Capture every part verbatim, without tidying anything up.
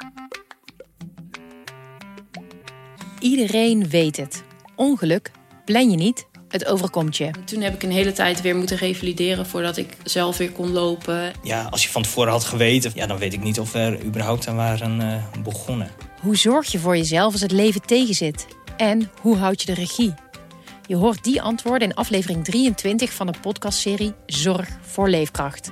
Iedereen weet het. Ongeluk plan je niet, het overkomt je. Toen heb ik een hele tijd weer moeten revalideren voordat ik zelf weer kon lopen. Ja, als je van tevoren had geweten, ja, dan weet ik niet of we er überhaupt aan waren uh, begonnen. Hoe zorg je voor jezelf als het leven tegenzit? En hoe houd je de regie? Je hoort die antwoorden in aflevering drieëntwintig van de podcastserie Zorg voor Leefkracht.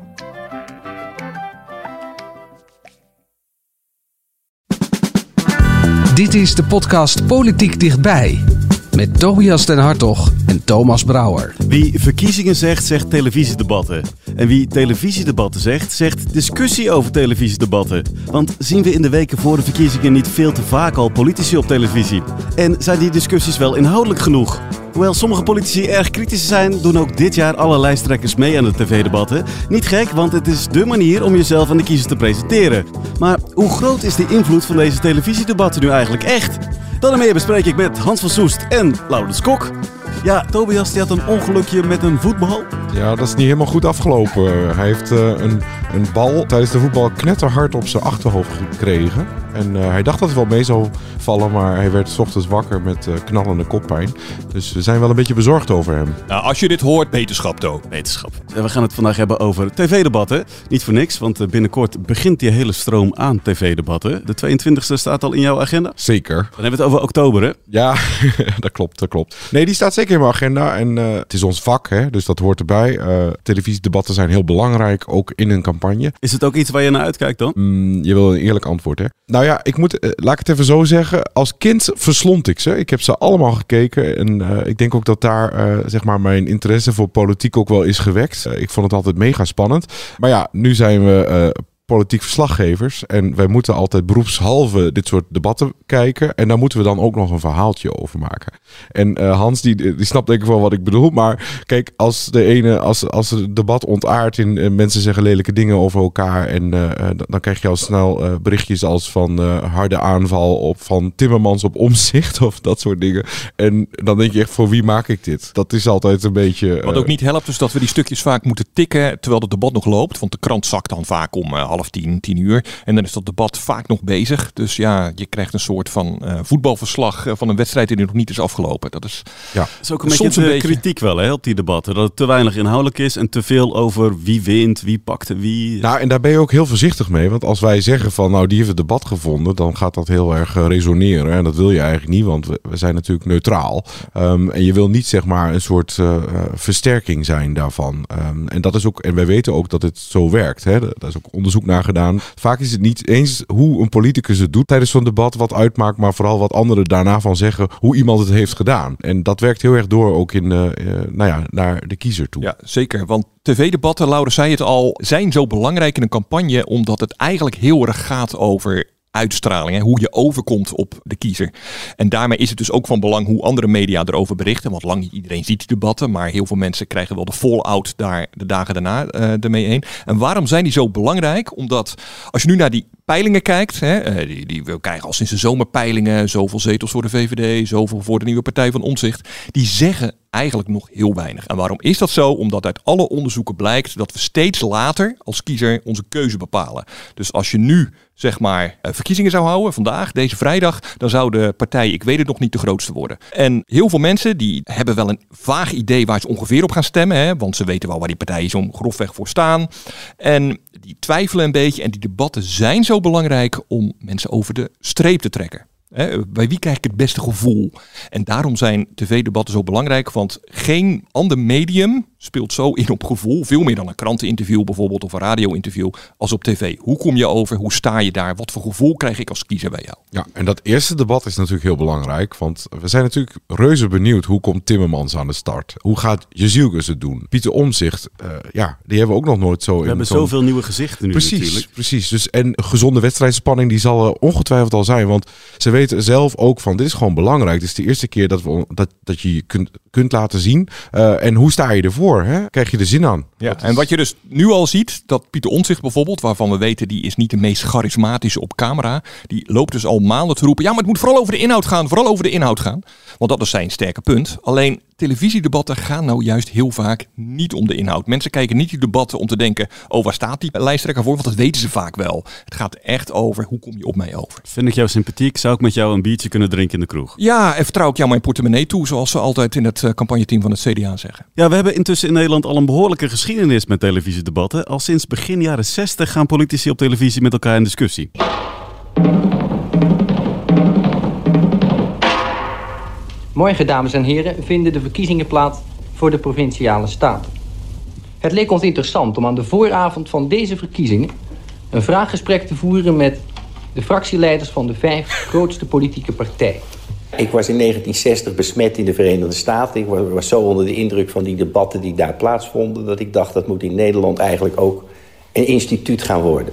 Dit is de podcast Politiek Dichtbij. Met Tobias den Hartog en Thomas Brouwer. Wie verkiezingen zegt, zegt televisiedebatten. En wie televisiedebatten zegt, zegt discussie over televisiedebatten. Want zien we in de weken voor de verkiezingen niet veel te vaak al politici op televisie? En zijn die discussies wel inhoudelijk genoeg? Hoewel sommige politici erg kritisch zijn, doen ook dit jaar alle lijsttrekkers mee aan de tv-debatten. Niet gek, want het is dé manier om jezelf aan de kiezers te presenteren. Maar hoe groot is de invloed van deze televisiedebatten nu eigenlijk echt? Daarmee bespreek ik met Hans van Soest en Laurens Kok. Ja, Tobias die had een ongelukje met een voetbal. Ja, dat is niet helemaal goed afgelopen. Hij heeft uh, een, een bal tijdens de voetbal knetterhard op zijn achterhoofd gekregen. En uh, hij dacht dat het wel mee zou vallen, maar hij werd 's ochtends wakker met uh, knallende koppijn. Dus we zijn wel een beetje bezorgd over hem. Nou, als je dit hoort, wetenschap, To. Wetenschap. Ja, we gaan het vandaag hebben over tv-debatten. Niet voor niks, want uh, binnenkort begint die hele stroom aan tv-debatten. De tweeëntwintigste staat al in jouw agenda? Zeker. Dan hebben we het over oktober, hè? Ja, dat klopt, dat klopt. Nee, die staat zeker in mijn agenda. En uh, het is ons vak, hè, dus dat hoort erbij. Uh, televisiedebatten zijn heel belangrijk, ook in een campagne. Is het ook iets waar je naar uitkijkt dan? Mm, je wil een eerlijk antwoord, hè? Nou ja, ik moet, uh, laat ik het even zo zeggen. Als kind verslond ik ze. Ik heb ze allemaal gekeken. En uh, ik denk ook dat daar uh, zeg maar mijn interesse voor politiek ook wel is gewekt. Uh, ik vond het altijd mega spannend. Maar ja, nu zijn we Uh, politiek verslaggevers. En wij moeten altijd beroepshalve dit soort debatten kijken. En daar moeten we dan ook nog een verhaaltje over maken. En uh, Hans, die, die snapt denk ik wel wat ik bedoel. Maar kijk, als de ene, als, als het debat ontaart in uh, mensen zeggen lelijke dingen over elkaar. En uh, dan krijg je al snel uh, berichtjes als van uh, harde aanval op van Timmermans op Omtzigt of dat soort dingen. En dan denk je echt, voor wie maak ik dit? Dat is altijd een beetje Uh, Wat ook niet helpt, is dat we die stukjes vaak moeten tikken terwijl het debat nog loopt. Want de krant zakt dan vaak om uh, half tien, tien uur. En dan is dat debat vaak nog bezig. Dus ja, je krijgt een soort van uh, voetbalverslag uh, van een wedstrijd die nog niet is afgelopen. Dat is, ja. Dat is ook een beetje de beetje kritiek wel, hè, op die debatten. Dat het te weinig inhoudelijk is en te veel over wie wint, wie pakte wie. Nou, en daar ben je ook heel voorzichtig mee. Want als wij zeggen van, nou, die heeft het debat gevonden, dan gaat dat heel erg uh, resoneren. En dat wil je eigenlijk niet, want we, we zijn natuurlijk neutraal. Um, en je wil niet, zeg maar, een soort uh, versterking zijn daarvan. Um, en dat is ook, en wij weten ook dat het zo werkt. Hè. Daar is ook onderzoek naar gedaan. Vaak is het niet eens hoe een politicus het doet tijdens zo'n debat wat uitmaakt, maar vooral wat anderen daarna van zeggen hoe iemand het heeft gedaan. En dat werkt heel erg door ook in, uh, uh, nou ja, naar de kiezer toe. Ja, zeker. Want tv-debatten, Laura zei het al, zijn zo belangrijk in een campagne omdat het eigenlijk heel erg gaat over uitstraling, hè? Hoe je overkomt op de kiezer. En daarmee is het dus ook van belang hoe andere media erover berichten. Want lang niet iedereen ziet die debatten, maar heel veel mensen krijgen wel de fallout daar de dagen daarna uh, ermee heen. En waarom zijn die zo belangrijk? Omdat als je nu naar die peilingen kijkt, hè, die, die we krijgen al sinds de zomerpeilingen, zoveel zetels voor de V V D, zoveel voor de nieuwe Partij van Omtzigt, die zeggen eigenlijk nog heel weinig. En waarom is dat zo? Omdat uit alle onderzoeken blijkt dat we steeds later als kiezer onze keuze bepalen. Dus als je nu zeg maar verkiezingen zou houden, vandaag, deze vrijdag, dan zou de partij, ik weet het nog niet, de grootste worden. En heel veel mensen die hebben wel een vaag idee waar ze ongeveer op gaan stemmen, hè, want ze weten wel waar die partijen zo grofweg voor staan. En die twijfelen een beetje en die debatten zijn zo belangrijk om mensen over de streep te trekken. He, bij wie krijg ik het beste gevoel? En daarom zijn tv-debatten zo belangrijk, want geen ander medium speelt zo in op gevoel. Veel meer dan een kranteninterview bijvoorbeeld of een radio-interview als op tv. Hoe kom je over? Hoe sta je daar? Wat voor gevoel krijg ik als kiezer bij jou? Ja, en dat eerste debat is natuurlijk heel belangrijk, want we zijn natuurlijk reuze benieuwd. Hoe komt Timmermans aan de start? Hoe gaat Jezielkus het doen? Pieter Omtzigt, uh, ja, die hebben we ook nog nooit zo we in. We hebben zoveel nieuwe gezichten nu precies, natuurlijk. Precies, dus en gezonde wedstrijdspanning die zal er ongetwijfeld al zijn, want ze weten zelf ook van, dit is gewoon belangrijk. Dit is de eerste keer dat, we, dat, dat je je kunt, kunt laten zien. Uh, en hoe sta je ervoor? Hè? Krijg je er zin aan? Ja, is... En wat je dus nu al ziet, dat Pieter Omtzigt bijvoorbeeld, waarvan we weten die is niet de meest charismatische op camera, die loopt dus al maanden te roepen, ja, maar het moet vooral over de inhoud gaan, vooral over de inhoud gaan. Want dat is zijn sterke punt. Alleen televisiedebatten gaan nou juist heel vaak niet om de inhoud. Mensen kijken niet die debatten om te denken, oh, waar staat die lijsttrekker voor? Want dat weten ze vaak wel. Het gaat echt over, hoe kom je op mij over? Vind ik jou sympathiek? Zou ik met jou een biertje kunnen drinken in de kroeg? Ja, en vertrouw ik jou mijn portemonnee toe, zoals ze altijd in het campagneteam van het C D A zeggen. Ja, we hebben intussen in Nederland al een behoorlijke geschiedenis met televisiedebatten. Al sinds begin jaren zestig gaan politici op televisie met elkaar in discussie. Morgen, dames en heren, vinden de verkiezingen plaats voor de provinciale staten. Het leek ons interessant om aan de vooravond van deze verkiezingen een vraaggesprek te voeren met de fractieleiders van de vijf grootste politieke partijen. Ik was in negentien zestig besmet in de Verenigde Staten. Ik was zo onder de indruk van die debatten die daar plaatsvonden, dat ik dacht, dat moet in Nederland eigenlijk ook een instituut gaan worden.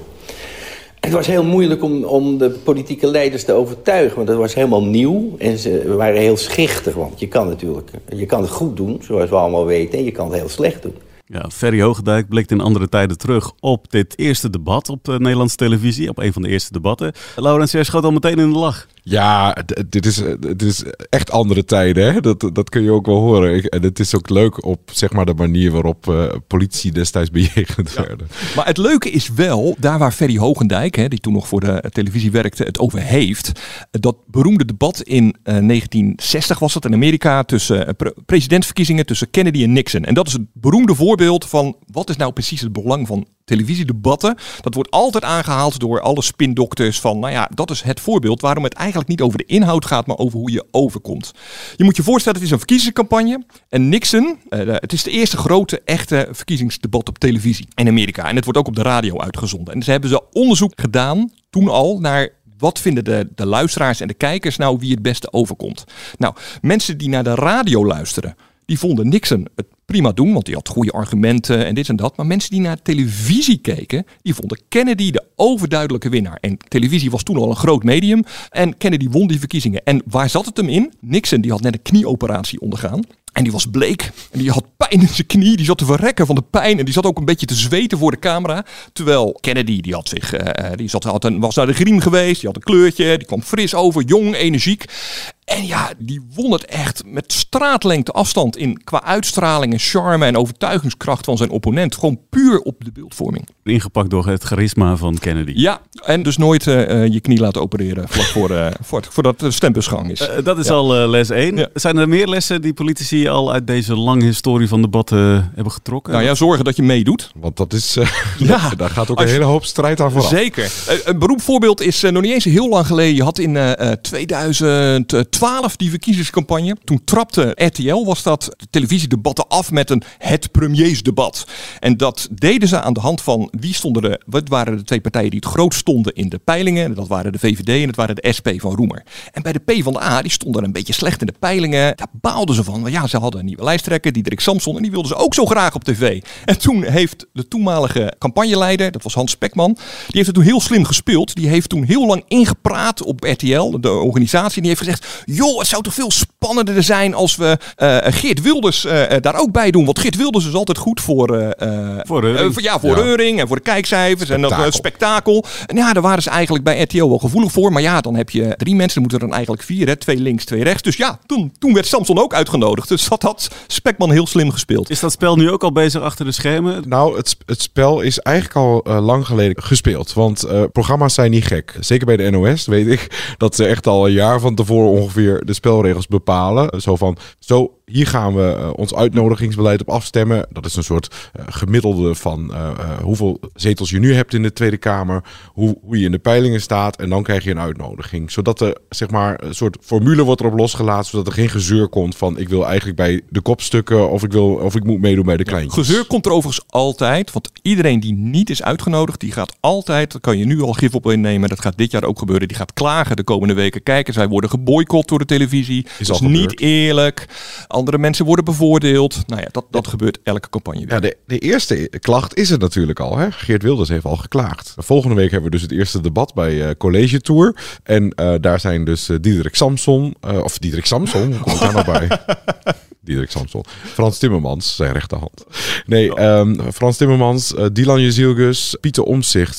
Het was heel moeilijk om, om de politieke leiders te overtuigen, want dat was helemaal nieuw. En ze waren heel schichtig, want je kan natuurlijk, je kan het goed doen, zoals we allemaal weten, en je kan het heel slecht doen. Ja, Ferry Hogendijk blikt in andere tijden terug op dit eerste debat op uh, Nederlandse televisie, op een van de eerste debatten. Laurens, jij schoot al meteen in de lach. Ja, d- dit is, dit is echt andere tijden, hè? Dat, dat kun je ook wel horen. Ik, en het is ook leuk op, zeg maar, de manier waarop uh, politie destijds bejegend ja. werden. Maar het leuke is wel, daar waar Ferry Hogendijk, hè, die toen nog voor de televisie werkte, het over heeft, dat beroemde debat in uh, negentien zestig was het in Amerika tussen uh, pre- presidentsverkiezingen tussen Kennedy en Nixon. En dat is het beroemde voorbeeld van wat is nou precies het belang van televisiedebatten. Dat wordt altijd aangehaald door alle spindokters van, nou ja, dat is het voorbeeld waarom het eigenlijk niet over de inhoud gaat, maar over hoe je overkomt. Je moet je voorstellen, het is een verkiezingscampagne en Nixon, uh, het is de eerste grote, echte verkiezingsdebat op televisie in Amerika. En het wordt ook op de radio uitgezonden. En ze hebben ze onderzoek gedaan, toen al, naar wat vinden de, de luisteraars en de kijkers nou wie het beste overkomt. Nou, mensen die naar de radio luisteren, die vonden Nixon het prima doen, want die had goede argumenten en dit en dat. Maar mensen die naar televisie keken, die vonden Kennedy de overduidelijke winnaar. En televisie was toen al een groot medium. En Kennedy won die verkiezingen. En waar zat het hem in? Nixon die had net een knieoperatie ondergaan. En die was bleek. En die had pijn in zijn knie. Die zat te verrekken van de pijn. En die zat ook een beetje te zweten voor de camera. Terwijl Kennedy, die had zich, uh, die zat, had een, was naar de griem geweest. Die had een kleurtje. Die kwam fris over. Jong, energiek. En ja, die won het echt met straatlengte afstand in qua uitstraling en charme en overtuigingskracht van zijn opponent. Gewoon puur op de beeldvorming. Ingepakt door het charisma van Kennedy. Ja, en dus nooit uh, je knie laten opereren vlak voor, uh, voor het, voordat de stembusgang is. Uh, dat is ja. al uh, les één. Ja. Zijn er meer lessen die politici al uit deze lange historie van debatten uh, hebben getrokken? Nou ja, zorgen dat je meedoet. Want dat is, uh, ja. daar gaat ook een hele hoop strijd aan vooraf. Zeker. Uh, een beroemd voorbeeld is uh, nog niet eens heel lang geleden. Je had in uh, tweeduizend twaalf die verkiezingscampagne. Toen trapte R T L, was dat, de televisiedebatten af met een het premiersdebat. En dat deden ze aan de hand van wie stonden de, wat waren de twee partijen die het grootst stonden in de peilingen. Dat waren de V V D en dat waren de S P van Roemer. En bij de PvdA, die stonden een beetje slecht in de peilingen. Daar baalden ze van. Want ja, ze hadden een nieuwe lijsttrekker, Diederik Samson, en die wilden ze ook zo graag op tv. En toen heeft de toenmalige campagneleider, dat was Hans Spekman, die heeft het toen heel slim gespeeld. Die heeft toen heel lang ingepraat op R T L, de organisatie. Die heeft gezegd, joh, het zou toch veel spannender zijn als we uh, Geert Wilders uh, daar ook bij doen. Want Geert Wilders is altijd goed voor, uh, voor reuring. Uh, voor, ja, voor ja. reuring en voor de kijkcijfers spektakel. en dat uh, spektakel. En ja, daar waren ze eigenlijk bij R T L wel gevoelig voor. Maar ja, dan heb je drie mensen, dan moeten er dan eigenlijk vier, hè? Twee links, twee rechts. Dus ja, toen, toen werd Samson ook uitgenodigd. Dus dat had Spekman heel slim gespeeld. Is dat spel nu ook al bezig achter de schermen? Nou, het, het spel is eigenlijk al uh, lang geleden gespeeld. Want uh, programma's zijn niet gek. Zeker bij de N O S weet ik dat ze echt al een jaar van tevoren ongeveer de spelregels bepalen. Zo van, zo, hier gaan we uh, ons uitnodigingsbeleid op afstemmen. Dat is een soort uh, gemiddelde van uh, uh, hoeveel zetels je nu hebt in de Tweede Kamer. Hoe, hoe je in de peilingen staat. En dan krijg je een uitnodiging. Zodat er, zeg maar, een soort formule wordt erop losgelaten. Zodat er geen gezeur komt van, ik wil eigenlijk bij de kopstukken of ik, wil, of ik moet meedoen bij de kleintjes. Gezeur komt er overigens altijd. Want iedereen die niet is uitgenodigd, die gaat altijd, daar kan je nu al gif op innemen. Dat gaat dit jaar ook gebeuren. Die gaat klagen de komende weken. Kijken, zij worden geboycott door de televisie. Is dat is niet eerlijk. Andere mensen worden bevoordeeld. Nou ja, dat, dat gebeurt elke campagne weer. Ja, de, de eerste klacht is het natuurlijk al. Hè? Geert Wilders heeft al geklaagd. Volgende week hebben we dus het eerste debat bij uh, College Tour. En uh, daar zijn dus uh, Diederik Samson, uh, of Diederik Samson, hoe kom ik daar nou bij? Diederik Samson. Frans Timmermans, zijn rechterhand. Nee, um, Frans Timmermans, uh, Dylan Jezielgus, Pieter Omtzigt,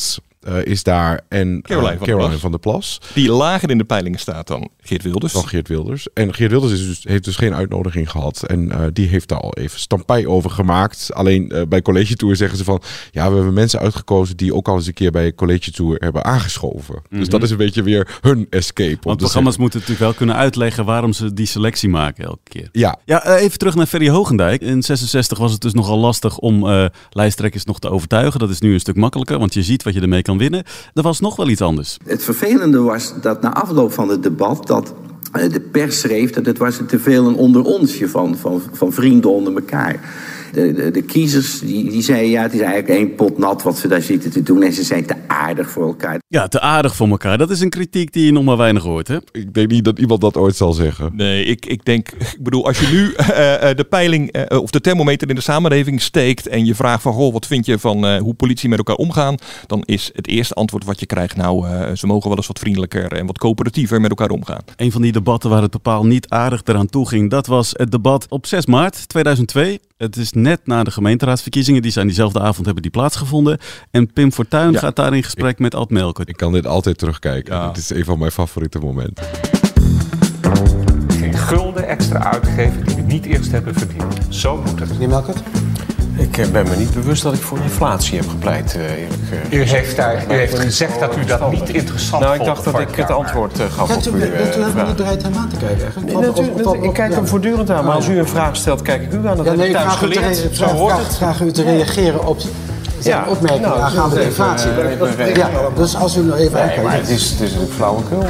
uh, is daar en Caroline, uh, van, Caroline der van der Plas. Die lager in de peilingen staat dan Geert Wilders. Dan Geert Wilders. En Geert Wilders is dus, heeft dus geen uitnodiging gehad. En uh, die heeft daar al even stampij over gemaakt. Alleen uh, bij College Tour zeggen ze van... ja, we hebben mensen uitgekozen die ook al eens een keer bij College Tour hebben aangeschoven. Mm-hmm. Dus dat is een beetje weer hun escape. Want programma's moeten natuurlijk wel kunnen uitleggen waarom ze die selectie maken elke keer. Ja. Ja, uh, even terug naar Ferry Hogendijk. In zesenzestig was het dus nogal lastig om uh, lijsttrekkers nog te overtuigen. Dat is nu een stuk makkelijker, want je ziet wat je ermee kan winnen. Er was nog wel iets anders. Het vervelende was dat na afloop van het debat... dat uh, de pers schreef dat het was te veel een onder onsje van, van, van vrienden onder elkaar. De, de, de kiezers die, die zeiden, ja, het is eigenlijk één pot nat wat ze daar zitten te doen. En ze zijn te aardig voor elkaar. Ja, te aardig voor elkaar. Dat is een kritiek die je nog maar weinig hoort, hè? Ik denk niet dat iemand dat ooit zal zeggen. Nee, ik, ik denk, ik bedoel, als je nu uh, de peiling uh, of de thermometer in de samenleving steekt en je vraagt van, goh, wat vind je van uh, hoe politie met elkaar omgaan, dan is het eerste antwoord wat je krijgt, nou, uh, ze mogen wel eens wat vriendelijker en wat coöperatiever met elkaar omgaan. Een van die debatten waar het totaal niet aardig eraan toe ging, dat was het debat op zes maart tweeduizend twee. Het is net na de gemeenteraadsverkiezingen. Die zijn diezelfde avond hebben die plaatsgevonden. En Pim Fortuyn ja. gaat daar in gesprek ik, met Ad Melkert. Ik kan dit altijd terugkijken. Ja. Dit is een van mijn favoriete momenten. Geen gulden extra uitgeven die we niet eerst hebben verdiend. Zo moet het. Meneer Melkert? Ik ben me niet bewust dat ik voor inflatie heb gepleit, eerlijk U heeft, daar, u heeft gezegd dat u dat niet interessant vond. Nou, ik dacht dat ik het antwoord uh, gaf Bent op uw vraag. Bent u helemaal niet bereid hem aan te kijken eigenlijk? Nee, natuurlijk, ik kijk hem voortdurend aan, maar als u een vraag stelt, kijk ik u aan. Dat ja, heb nee, ik thuis vraag geleerd. Te, Zo hoort vraag, het. Vraag u te reageren op zijn ja, opmerkingen nou, aangaande de inflatie. Uh, dat, dat, ja, dus als u nog even nee, aankijkt. Maar het is, het is een flauwekul.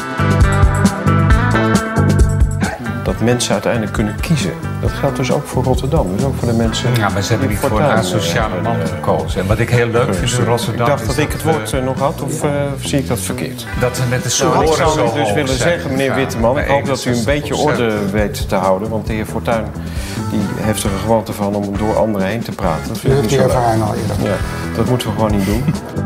Dat mensen uiteindelijk kunnen kiezen. Dat geldt dus ook voor Rotterdam. Dus ook voor de mensen... Ja, maar ze hebben niet voor een sociale man gekozen. En wat ik heel leuk vind in Rotterdam... Ik dacht dat ik het woord uh, nog had, of uh, zie ik dat verkeerd? Dat ze met de nou, ik zou zo dus willen zijn zeggen, meneer Witteman... ik hoop dat u een beetje orde weet te houden. Want de heer Fortuyn die heeft er een gewoonte van om door anderen heen te praten. Dat u heeft die ervaring al eerder. Ja, dat moeten we gewoon niet doen.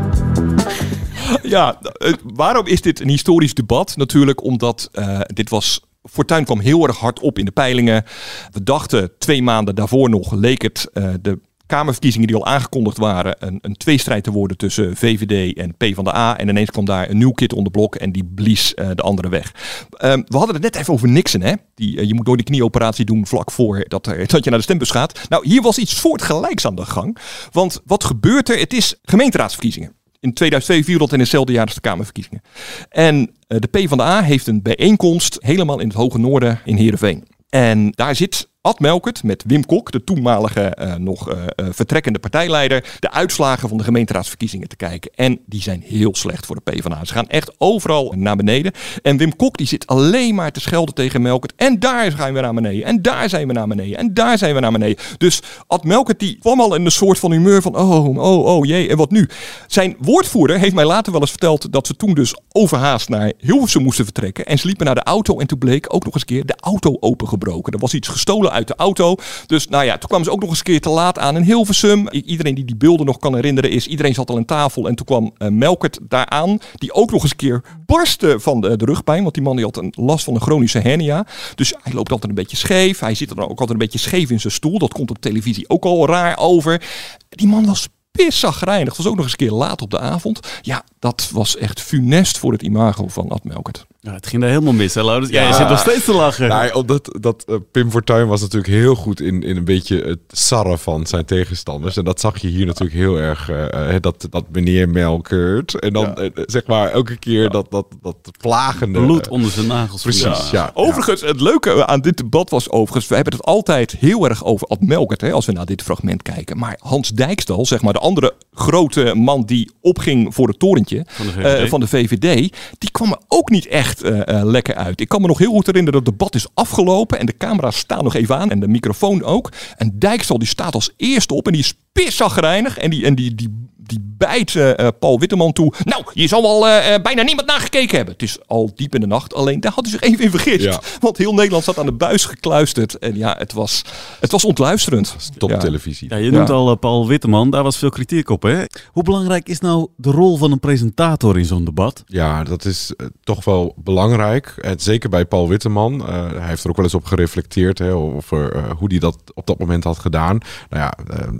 Ja, uh, waarom is dit een historisch debat? Natuurlijk omdat uh, dit was... Fortuyn kwam heel erg hard op in de peilingen. We dachten twee maanden daarvoor nog, leek het uh, de Kamerverkiezingen die al aangekondigd waren, een, een tweestrijd te worden tussen V V D en PvdA. En ineens kwam daar een nieuw kid onder blok en die blies uh, de andere weg. Um, we hadden het net even over Nixon, hè? Die, uh, je moet nooit die knieoperatie doen vlak voor dat, er, dat je naar de stembus gaat. Nou, hier was iets soortgelijks aan de gang. Want wat gebeurt er? Het is gemeenteraadsverkiezingen. In tweeduizend twee viel dat in hetzelfde jaar als de Kamerverkiezingen. En uh, de PvdA heeft een bijeenkomst helemaal in het hoge noorden in Heerenveen. En daar zit Ad Melkert met Wim Kok, de toenmalige uh, nog uh, uh, vertrekkende partijleider, de uitslagen van de gemeenteraadsverkiezingen te kijken. En die zijn heel slecht voor de PvdA. Ze gaan echt overal naar beneden. En Wim Kok die zit alleen maar te schelden tegen Melkert. En daar zijn we naar beneden. En daar zijn we naar beneden. En daar zijn we naar beneden. Dus Ad Melkert die kwam al in een soort van humeur van oh, oh, oh jee, en wat nu? Zijn woordvoerder heeft mij later wel eens verteld dat ze toen dus overhaast naar Hilversum moesten vertrekken. En ze liepen naar de auto en toen bleek ook nog eens een keer de auto opengebroken. Er was iets gestolen uit de auto. Dus nou ja, toen kwamen ze ook nog eens een keer te laat aan in Hilversum. Iedereen die die beelden nog kan herinneren is, iedereen zat al aan tafel en toen kwam uh, Melkert daar aan, die ook nog eens een keer barstte van de, de rugpijn, want die man die had een last van een chronische hernia. Dus hij loopt altijd een beetje scheef. Hij zit er dan ook altijd een beetje scheef in zijn stoel. Dat komt op televisie ook al raar over. Die man was pissagrijnig. Dat was ook nog eens een keer laat op de avond. Ja, dat was echt funest voor het imago van Ad Melkert. Ja, het ging daar helemaal mis, hè, Laurens? Ja, je zit nog steeds te lachen. Nou, omdat dat, uh, Pim Fortuyn was natuurlijk heel goed in, in een beetje het sarren van zijn tegenstanders. En dat zag je hier natuurlijk heel erg. Uh, dat, dat meneer Melkert. En dan ja. uh, zeg maar elke keer ja. dat, dat, dat plagende... bloed onder zijn nagels. Precies, ja. ja. Overigens, het leuke aan dit debat was overigens... We hebben het altijd heel erg over Ad Melkert, hè, als we naar dit fragment kijken. Maar Hans Dijkstal, zeg maar de andere grote man die opging voor het torentje van de V V D, uh, van de V V D die kwam er ook niet echt Uh, uh, lekker uit. Ik kan me nog heel goed herinneren dat het debat is afgelopen en de camera's staan nog even aan en de microfoon ook. En Dijkstal die staat als eerste op en die is pissagrijnig en die, en die, die, die bijt uh, Paul Witteman toe. Nou, je zal al uh, bijna niemand nagekeken hebben. Het is al diep in de nacht, alleen daar had hij zich even in vergist. Ja. Want heel Nederland zat aan de buis gekluisterd en ja, het was, het was ontluisterend. Top ja. televisie. Ja, je noemt ja. al uh, Paul Witteman, daar was veel kritiek op, hè? Hoe belangrijk is nou de rol van een presentator in zo'n debat? Ja, dat is uh, toch wel belangrijk. En zeker bij Paul Witteman. Uh, hij heeft er ook wel eens op gereflecteerd hè, over uh, hoe hij dat op dat moment had gedaan. Nou ja, uh,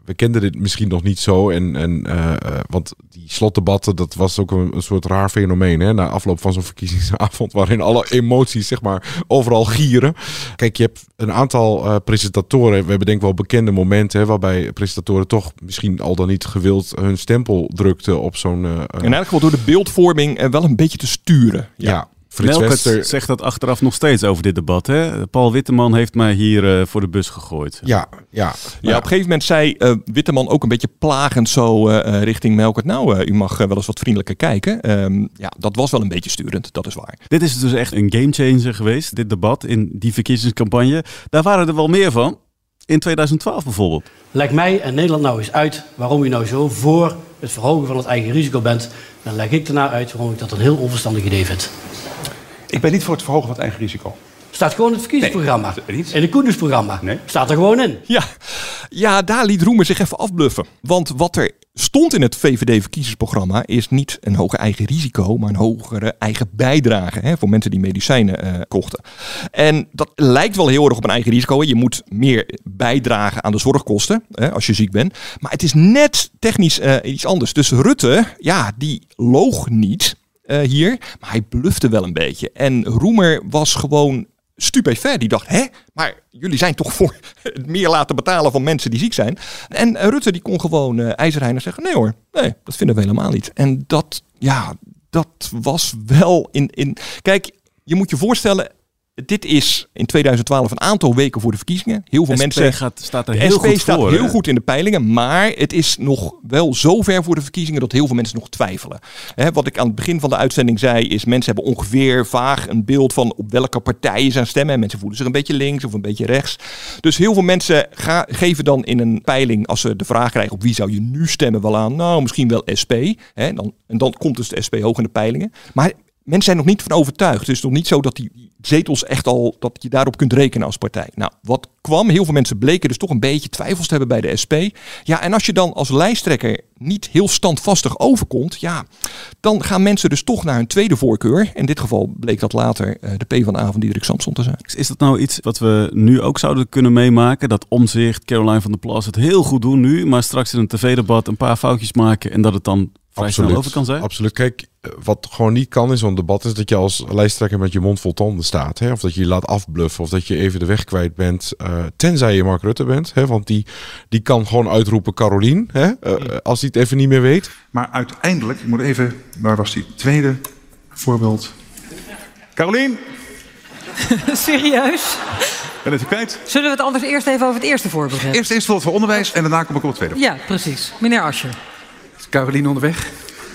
we kenden dit misschien nog niet zo. En, en, uh, uh, want die slotdebatten, dat was ook een, een soort raar fenomeen. Hè? Na afloop van zo'n verkiezingsavond waarin alle emoties zeg maar overal gieren. Kijk, je hebt een aantal uh, presentatoren. We hebben denk ik wel bekende momenten hè, waarbij presentatoren toch misschien al dan niet gewild hun stempel drukten op zo'n... Uh, en eigenlijk wel door de beeldvorming uh, wel een beetje te sturen. Ja. ja. Melkert zegt dat achteraf nog steeds over dit debat. Hè? Paul Witteman heeft mij hier uh, voor de bus gegooid. Ja, ja. ja op een gegeven moment zei uh, Witteman ook een beetje plagend zo uh, richting Melkert. Nou, uh, u mag uh, wel eens wat vriendelijker kijken. Um, ja, dat was wel een beetje sturend, dat is waar. Dit is dus echt een gamechanger geweest, dit debat in die verkiezingscampagne. Daar waren er wel meer van. In tweeduizend twaalf bijvoorbeeld. Leg mij en Nederland nou eens uit waarom u nou zo voor het verhogen van het eigen risico bent. Dan leg ik daarna uit waarom ik dat een heel onverstandig idee vind. Ik ben niet voor het verhogen van het eigen risico. Staat gewoon in het verkiezingsprogramma. Nee, niet. In het Koendersprogramma. Nee. Staat er gewoon in. Ja. ja, daar liet Roemer zich even afbluffen. Want wat er stond in het V V D-verkiezingsprogramma is niet een hoger eigen risico, maar een hogere eigen bijdrage hè, voor mensen die medicijnen uh, kochten. En dat lijkt wel heel erg op een eigen risico. Hè. Je moet meer bijdragen aan de zorgkosten hè, als je ziek bent. Maar het is net technisch uh, iets anders. Dus Rutte, ja, die loog niet uh, hier, maar hij blufte wel een beetje. En Roemer was gewoon stupefait. Die dacht, hè, maar jullie zijn toch voor het meer laten betalen van mensen die ziek zijn. En uh, Rutte die kon gewoon uh, ijzerheinig zeggen, nee hoor, nee, dat vinden we helemaal niet. En dat, ja, dat was wel in, in... Kijk, je moet je voorstellen, dit is in tweeduizend twaalf een aantal weken voor de verkiezingen. Heel veel S P mensen... Gaat, staat er de heel S P goed staat voor, heel hè? goed in de peilingen. Maar het is nog wel zo ver voor de verkiezingen dat heel veel mensen nog twijfelen. Hè, wat ik aan het begin van de uitzending zei is, mensen hebben ongeveer vaag een beeld van op welke partijen ze aan stemmen. En mensen voelen zich een beetje links of een beetje rechts. Dus heel veel mensen ga, geven dan in een peiling, als ze de vraag krijgen op wie zou je nu stemmen, wel aan, nou misschien wel S P. Hè, dan, en dan komt dus de S P hoog in de peilingen. Maar mensen zijn nog niet van overtuigd. Het is nog niet zo dat die zetels echt al, dat je daarop kunt rekenen als partij. Nou, wat kwam? Heel veel mensen bleken dus toch een beetje twijfels te hebben bij de S P. Ja, en als je dan als lijsttrekker niet heel standvastig overkomt, ja, dan gaan mensen dus toch naar hun tweede voorkeur. In dit geval bleek dat later uh, de PvdA van Diederik Samson te zijn. Is dat nou iets wat we nu ook zouden kunnen meemaken? Dat Omtzigt, Caroline van der Plas het heel goed doen nu, maar straks in een tv-debat een paar foutjes maken en dat het dan vrij snel over kan zijn? Absoluut. Kijk, wat gewoon niet kan in zo'n debat is dat je als lijsttrekker met je mond vol tanden staat. Hè? Of dat je je laat afbluffen. Of dat je even de weg kwijt bent. Uh, tenzij je Mark Rutte bent. Hè? Want die, die kan gewoon uitroepen Carolien. Hè? Uh, als hij het even niet meer weet. Maar uiteindelijk, ik moet even, waar was die tweede voorbeeld? Carolien? Serieus? Ben het kwijt? Zullen we het anders eerst even over het eerste voorbeeld hebben? Eerst eerst voorbeeld voor onderwijs en daarna kom ik op het tweede. Ja, precies. Meneer Asscher. Is Carolien onderweg?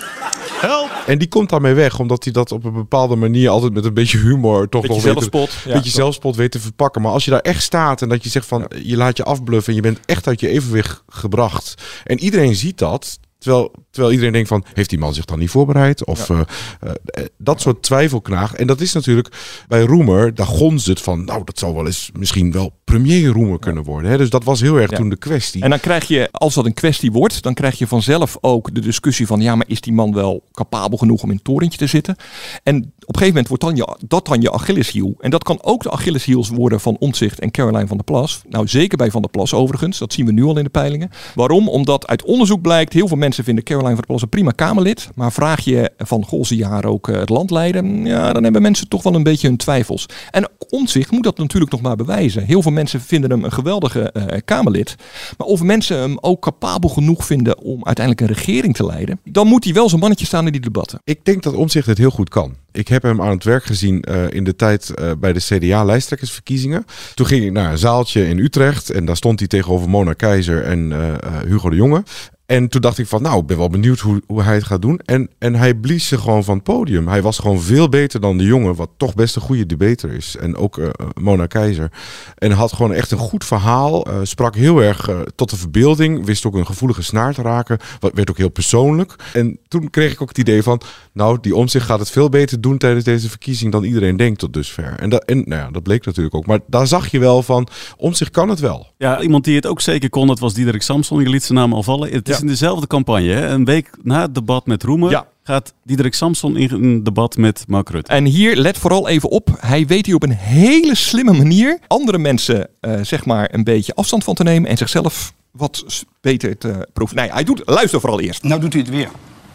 Help! En die komt daarmee weg, omdat hij dat op een bepaalde manier altijd met een beetje humor toch beetje wel weet, zelfspot, een ja, beetje zelfspot weet te verpakken. Maar als je daar echt staat en dat je zegt van je laat je afbluffen en je bent echt uit je evenwicht gebracht. En iedereen ziet dat. Terwijl, terwijl iedereen denkt van, heeft die man zich dan niet voorbereid? Of ja. uh, uh, dat soort twijfelknaag. En dat is natuurlijk bij Roemer, daar gonst het van, nou, dat zou wel eens misschien wel premier Roemer kunnen worden. Hè? Dus dat was heel erg ja. toen de kwestie. En dan krijg je, als dat een kwestie wordt, dan krijg je vanzelf ook de discussie van, ja, maar is die man wel capabel genoeg om in het torentje te zitten? En op een gegeven moment wordt dan je, dat dan je Achilleshiel. En dat kan ook de Achilleshiels worden van Omtzigt en Caroline van der Plas. Nou, zeker bij Van der Plas overigens. Dat zien we nu al in de peilingen. Waarom? Omdat uit onderzoek blijkt, heel veel mensen vinden Caroline van der Plas een prima Kamerlid. Maar vraag je van, goh, zie je haar ook het land leiden? Ja, dan hebben mensen toch wel een beetje hun twijfels. En Omtzigt moet dat natuurlijk nog maar bewijzen. Heel veel mensen vinden hem een geweldige uh, Kamerlid. Maar of mensen hem ook capabel genoeg vinden om uiteindelijk een regering te leiden, dan moet hij wel zo'n mannetje staan in die debatten. Ik denk dat Omtzigt het heel goed kan. Ik heb hem aan het werk gezien uh, in de tijd uh, bij de C D A-lijsttrekkersverkiezingen. Toen ging ik naar een zaaltje in Utrecht en daar stond hij tegenover Mona Keizer en uh, uh, Hugo de Jonge. En toen dacht ik van, nou, ik ben wel benieuwd hoe, hoe hij het gaat doen. En, en hij blies ze gewoon van het podium. Hij was gewoon veel beter dan de jongen, wat toch best een goede debater is. En ook uh, Mona Keizer. En had gewoon echt een goed verhaal. Uh, sprak heel erg uh, tot de verbeelding. Wist ook een gevoelige snaar te raken. Wat werd ook heel persoonlijk. En toen kreeg ik ook het idee van, nou, die Omtzigt gaat het veel beter doen tijdens deze verkiezing dan iedereen denkt tot dusver. En, dat, en nou ja, dat bleek natuurlijk ook. Maar daar zag je wel van, Omtzigt kan het wel. Ja, iemand die het ook zeker kon, dat was Diederik Samson. Je liet zijn naam al vallen. Het is ja. in dezelfde campagne. Hè? Een week na het debat met Roemer ja. gaat Diederik Samson in een debat met Mark Rutte. En hier, let vooral even op. Hij weet hier op een hele slimme manier andere mensen uh, zeg maar een beetje afstand van te nemen en zichzelf wat beter te profileren. Nee, hij doet, luister vooral eerst. Nou doet u het weer.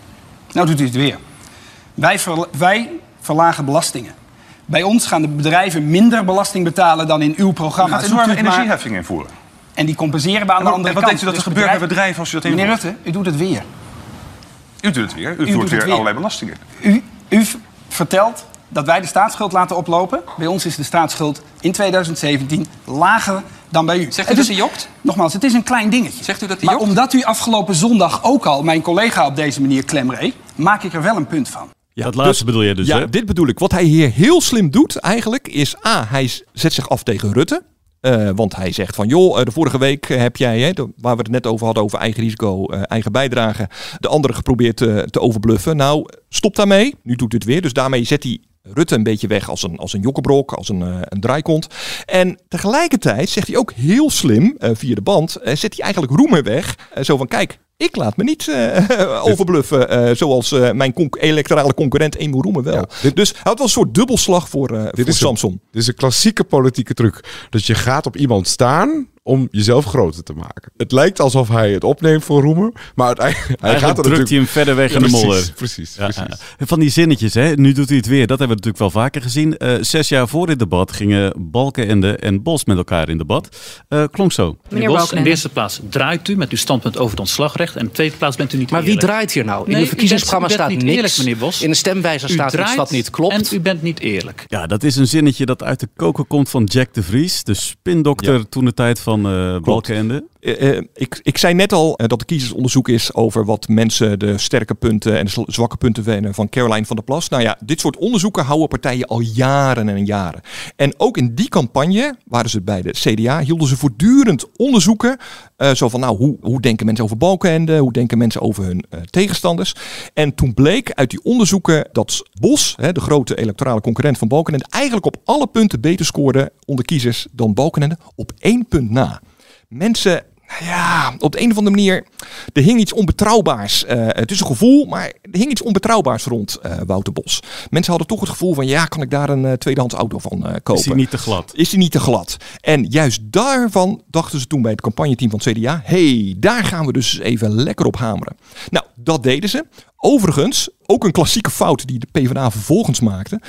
Nou doet u het weer. Wij, ver, wij verlagen belastingen. Bij ons gaan de bedrijven minder belasting betalen dan in uw programma. U gaat enorme energieheffing invoeren. En die compenseren we aan de andere kant. kant. Wat denkt u dat er gebeurt bij bedrijven als u dat invoert? Meneer Rutte, u doet het weer. U doet het weer. U, u voert weer, weer allerlei belastingen. U, u vertelt dat wij de staatsschuld laten oplopen. Bij ons is de staatsschuld in tweeduizend zeventien lager dan bij u. Zegt u dat hij jokt? Nogmaals, het is een klein dingetje. Zegt u dat hij maar jokt? Omdat u afgelopen zondag ook al mijn collega op deze manier klemreed, maak ik er wel een punt van. Ja, dat laatste dus, bedoel je dus, Ja, hè? dit bedoel ik. Wat hij hier heel slim doet eigenlijk is... A, hij zet zich af tegen Rutte. Uh, want hij zegt van, joh, de vorige week heb jij, hè, de, waar we het net over hadden, over eigen risico, uh, eigen bijdrage, de andere geprobeerd uh, te overbluffen. Nou, stop daarmee. Nu doet hij het weer. Dus daarmee zet hij Rutte een beetje weg als een, als een jokkenbrok, als een, uh, een draaikont. En tegelijkertijd zegt hij ook heel slim, uh, via de band, uh, zet hij eigenlijk Roemer weg. Uh, zo van, kijk, ik laat me niet uh, overbluffen, uh, zoals uh, mijn con- electorale concurrent Emiel Roemer wel. Ja, dit, dus hij had wel een soort dubbelslag voor, uh, voor Samson. Een, dit is een klassieke politieke truc. Dus je gaat op iemand staan om jezelf groter te maken. Het lijkt alsof hij het opneemt voor Roemer, maar uiteindelijk hij gaat er drukt natuurlijk... hij hem verder weg in de modder. Precies, precies. Ja, precies. ja. Van die zinnetjes, hè? Nu doet hij het weer. Dat hebben we natuurlijk wel vaker gezien. Uh, zes jaar voor dit debat gingen Balkenende en Bos met elkaar in debat. Uh, klonk zo. Meneer Bos, in de eerste plaats draait u met uw standpunt over het ontslagrecht. En in de tweede plaats bent u niet Maar eerlijk. wie draait hier nou? In Nee, de verkiezingsprogramma u bent, u bent staat niet niks. Eerlijk, meneer Bos. In de stemwijzer U staat iets draait wat niet klopt. En u bent niet eerlijk. Ja, dat is een zinnetje dat uit de koker komt van Jack de Vries. De spindokter ja. toen de tijd van uh, Balkenende. Uh, uh, ik, ik zei net al uh, dat de kiezersonderzoek is over wat mensen de sterke punten en de zwakke punten vinden van Caroline van der Plas. Nou ja, dit soort onderzoeken houden partijen al jaren en jaren. En ook in die campagne waren ze bij de C D A, hielden ze voortdurend onderzoeken. Uh, zo van, nou, hoe, hoe denken mensen over Balkenende? Hoe denken mensen over hun uh, tegenstanders? En toen bleek uit die onderzoeken dat Bos, hè, de grote electorale concurrent van Balkenende, eigenlijk op alle punten beter scoorde onder kiezers dan Balkenende, op één punt na. Mensen, ja, op de een of andere manier, er hing iets onbetrouwbaars. Uh, het is een gevoel, maar er hing iets onbetrouwbaars rond uh, Wouter Bos. Mensen hadden toch het gevoel van, ja, kan ik daar een uh, tweedehands auto van uh, kopen? Is hij niet te glad? Is hij niet te glad? En juist daarvan dachten ze toen bij het campagneteam van het C D A, hey, daar gaan we dus even lekker op hameren. Nou, dat deden ze. Overigens, ook een klassieke fout die de PvdA vervolgens maakte.